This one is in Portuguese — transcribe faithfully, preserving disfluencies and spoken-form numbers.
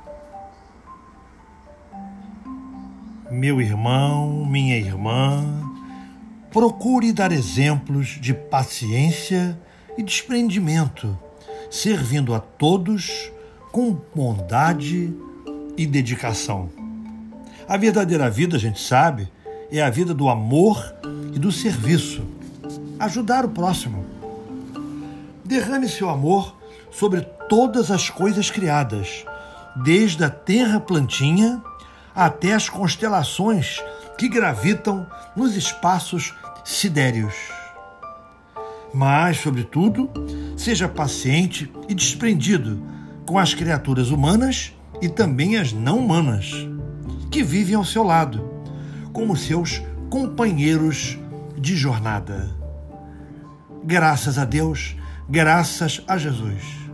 Meu irmão, minha irmã, procure dar exemplos de paciência e desprendimento, servindo a todos com bondade e dedicação. A verdadeira vida, a gente sabe, é a vida do amor e do serviço. Ajudar o próximo. Derrame seu amor sobre todas as coisas criadas, desde a tenra plantinha até as constelações que gravitam nos espaços sidéreos. Mas, sobretudo, seja paciente e desprendido com as criaturas humanas e também as não humanas, que vivem ao seu lado, como seus companheiros de jornada. Graças a Deus, graças a Jesus.